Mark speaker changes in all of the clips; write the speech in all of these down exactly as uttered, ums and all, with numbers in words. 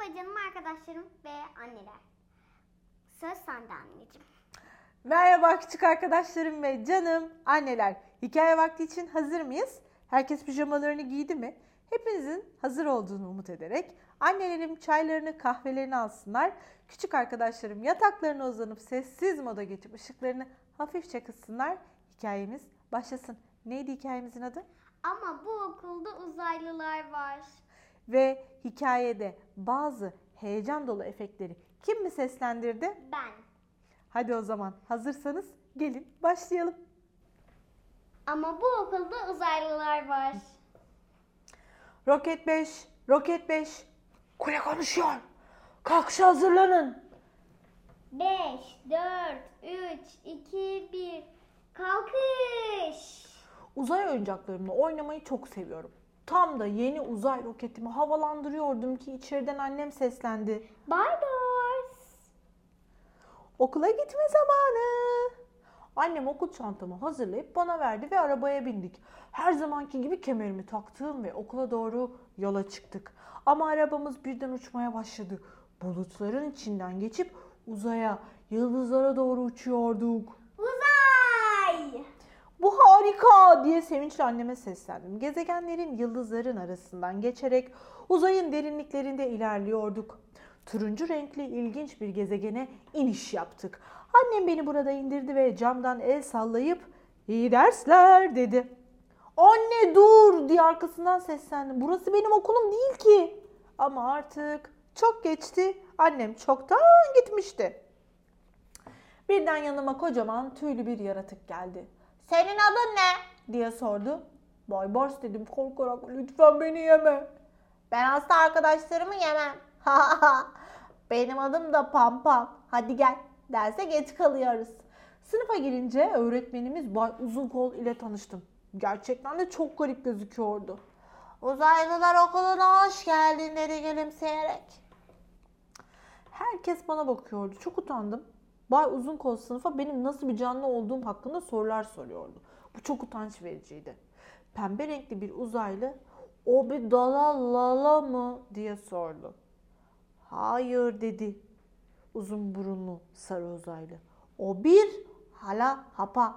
Speaker 1: canım arkadaşlarım ve anneler. Söz sende anneciğim.
Speaker 2: Merhaba küçük arkadaşlarım ve canım anneler. Hikaye vakti için hazır mıyız? Herkes pijamalarını giydi mi? Hepinizin hazır olduğunu umut ederek annelerim çaylarını, kahvelerini alsınlar. Küçük arkadaşlarım yataklarına uzanıp sessiz moda geçip ışıklarını hafifçe kıssınlar. Hikayemiz başlasın. Neydi hikayemizin adı?
Speaker 1: Ama bu okulda uzaylılar var.
Speaker 2: Ve hikayede bazı heyecan dolu efektleri kim mi seslendirdi?
Speaker 1: Ben.
Speaker 2: Hadi o zaman hazırsanız gelin başlayalım.
Speaker 1: Ama bu okulda uzaylılar var.
Speaker 2: Roket beş, Roket beş. Kule konuşuyor. Kalkışa hazırlanın.
Speaker 1: beş, dört, üç, iki, bir. Kalkış.
Speaker 2: Uzay oyuncaklarımla oynamayı çok seviyorum. Tam da yeni uzay roketimi havalandırıyordum ki içeriden annem seslendi.
Speaker 1: Bye bye.
Speaker 2: Okula gitme zamanı. Annem okul çantamı hazırlayıp bana verdi ve arabaya bindik. Her zamanki gibi kemerimi taktım ve okula doğru yola çıktık. Ama arabamız birden uçmaya başladı. Bulutların içinden geçip uzaya, yıldızlara doğru uçuyorduk.
Speaker 1: Uzay.
Speaker 2: Bu harika diye sevinçle anneme seslendim. Gezegenlerin, yıldızların arasından geçerek uzayın derinliklerinde ilerliyorduk. Turuncu renkli ilginç bir gezegene iniş yaptık. Annem beni burada indirdi ve camdan el sallayıp "İyi dersler" dedi. "Anne dur" diye arkasından seslendim. "Burası benim okulum değil ki." Ama artık çok geçti. Annem çoktan gitmişti. Birden yanıma kocaman tüylü bir yaratık geldi. "Senin adın ne?" diye sordu. "Bay Bars" dedim korkarak. "Lütfen beni yeme." "Ben hasta arkadaşlarımı yemem." "Benim adım da Pampam. Hadi gel. Derse geç kalıyoruz." Sınıfa girince öğretmenimiz Bay Uzunkol ile tanıştım. Gerçekten de çok garip gözüküyordu. "Uzaylılar okuluna hoş geldin" dedi gülümseyerek. Herkes bana bakıyordu. Çok utandım. Bay Uzunkol sınıfa benim nasıl bir canlı olduğum hakkında sorular soruyordu. Bu çok utanç vericiydi. Pembe renkli bir uzaylı "O bir Dalai Lama mı?" diye sordu. "Hayır" dedi uzun burunlu sarı uzaylı. "O bir hala hapa."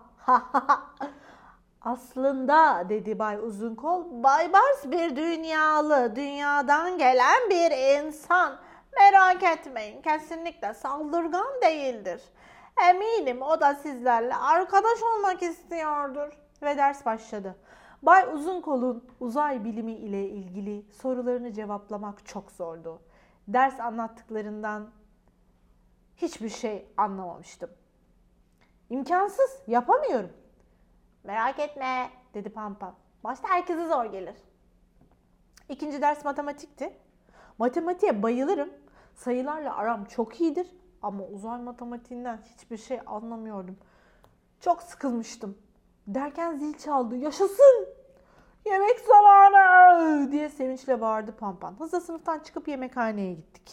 Speaker 2: "Aslında" dedi Bay Uzunkol, "Bay Bars bir dünyalı, dünyadan gelen bir insan. Merak etmeyin, kesinlikle saldırgan değildir. Eminim o da sizlerle arkadaş olmak istiyordur." Ve ders başladı. Bay Uzunkol'un uzay bilimi ile ilgili sorularını cevaplamak çok zordu. Ders anlattıklarından hiçbir şey anlamamıştım. "İmkansız, yapamıyorum." "Merak etme" dedi Pampam. "Başta herkese zor gelir." İkinci ders matematikti. Matematiğe bayılırım. Sayılarla aram çok iyidir. Ama uzay matematiğinden hiçbir şey anlamıyordum. Çok sıkılmıştım. Derken zil çaldı. "Yaşasın! Yemek zamanı!" diye sevinçle bağırdı Pampan. Hızla sınıftan çıkıp yemekhaneye gittik.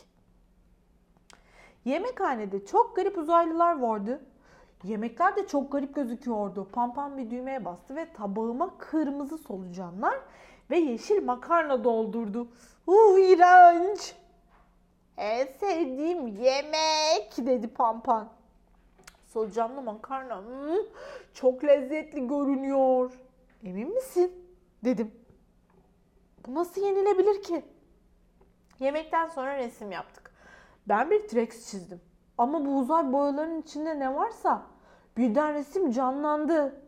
Speaker 2: Yemekhanede çok garip uzaylılar vardı. Yemekler de çok garip gözüküyordu. Pampan bir düğmeye bastı ve tabağıma kırmızı solucanlar ve yeşil makarna doldurdu. "Uh, iğrenç!" "En sevdiğim yemek" dedi Pampan. "Solucanlı makarna hmm, çok lezzetli görünüyor." "Emin misin?" dedim. "Bu nasıl yenilebilir ki?" Yemekten sonra resim yaptık. Ben bir T-Rex çizdim. Ama bu uzay boyalarının içinde ne varsa birden resim canlandı.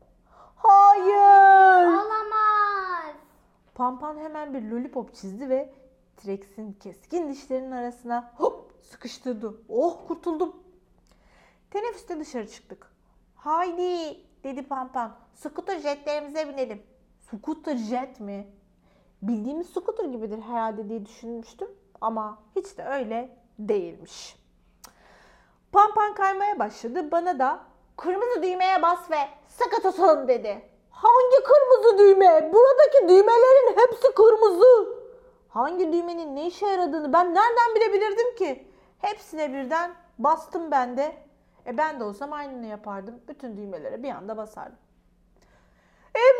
Speaker 2: "Hayır!"
Speaker 1: Olamaz.
Speaker 2: Pampan hemen bir lollipop çizdi ve T-Rex'in keskin dişlerinin arasına hop sıkıştırdı. Oh, kurtuldum. Teneffüste dışarı çıktık. "Haydi" dedi Pampan, "scooter jetlerimize binelim." Scooter jet mi? Bildiğimiz scooter gibidir herhalde diye düşünmüştüm. Ama hiç de öyle değilmiş. Pampan kaymaya başladı. Bana da "Kırmızı düğmeye bas ve sıkı tutun" dedi. "Hangi kırmızı düğme? Buradaki düğmelerin hepsi kırmızı." Hangi düğmenin ne işe yaradığını ben nereden bilebilirdim ki? Hepsine birden bastım ben de. E ben de olsam aynını yapardım. Bütün düğmelere bir anda basardım.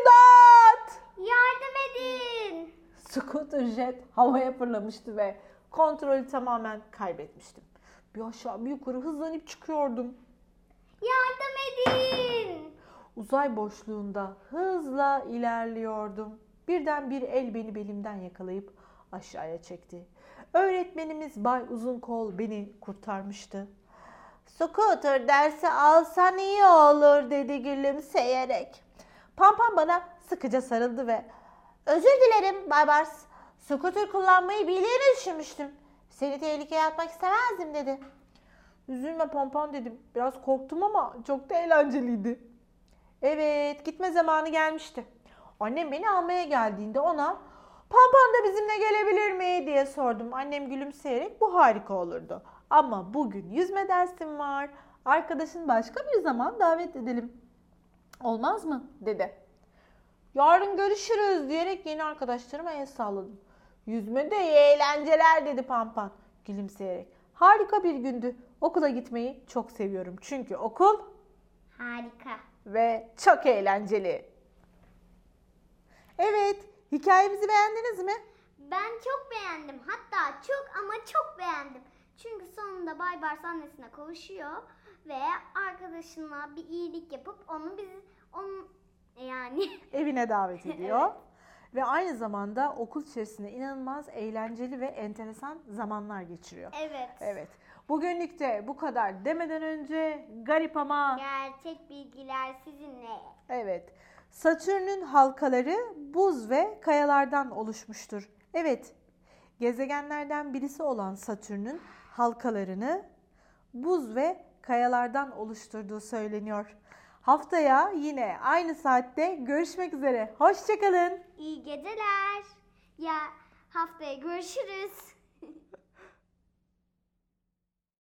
Speaker 2: "İmdat!"
Speaker 1: Yardım edin.
Speaker 2: Scooter jet havaya fırlamıştı ve Kontrolü tamamen kaybetmiştim. Bir aşağı bir yukarı hızlanıp çıkıyordum.
Speaker 1: Yardım edin.
Speaker 2: Uzay boşluğunda hızla ilerliyordum. Birden bir el beni belimden yakalayıp aşağıya çekti. Öğretmenimiz Bay Uzunkol beni kurtarmıştı. Scooter dersi alsan iyi olur dedi gülümseyerek. Pampam bana sıkıca sarıldı ve özür dilerim Bay Bars. Scooter kullanmayı bildiğini düşünmüştüm. Seni tehlikeye atmak istemezdim dedi. Üzülme Pampam dedim. Biraz korktum ama çok da eğlenceliydi. Evet, gitme zamanı gelmişti. Annem beni almaya geldiğinde ona Pampam da bizimle gelebilir mi diye sordum. Annem gülümseyerek bu harika olurdu. Ama bugün yüzme dersim var. Arkadaşın başka bir zaman davet edelim. Olmaz mı? Dedi. Yarın görüşürüz diyerek yeni arkadaşlarıma el salladım. Yüzme de iyi eğlenceler dedi Pampan gülümseyerek. Harika bir gündü. Okula gitmeyi çok seviyorum. Çünkü okul
Speaker 1: Harika.
Speaker 2: ve çok eğlenceli. Evet, hikayemizi beğendiniz mi?
Speaker 1: Ben çok beğendim. Hatta çok ama çok beğendim. Çünkü sonunda Bay Bars annesine kavuşuyor ve arkadaşına bir iyilik yapıp onu biz onun yani
Speaker 2: Evine davet ediyor.
Speaker 1: Evet.
Speaker 2: Ve aynı zamanda okul içerisinde inanılmaz eğlenceli ve enteresan zamanlar geçiriyor.
Speaker 1: evet.
Speaker 2: Evet. Bugünlük de bu kadar demeden önce garip ama
Speaker 1: Gerçek bilgiler sizinle.
Speaker 2: evet. Satürn'ün halkaları buz ve kayalardan oluşmuştur. Evet. Gezegenlerden birisi olan Satürn'ün halkalarını buz ve kayalardan oluşturduğu söyleniyor. Haftaya yine aynı saatte görüşmek üzere. Hoşça kalın.
Speaker 1: İyi geceler. Ya haftaya görüşürüz.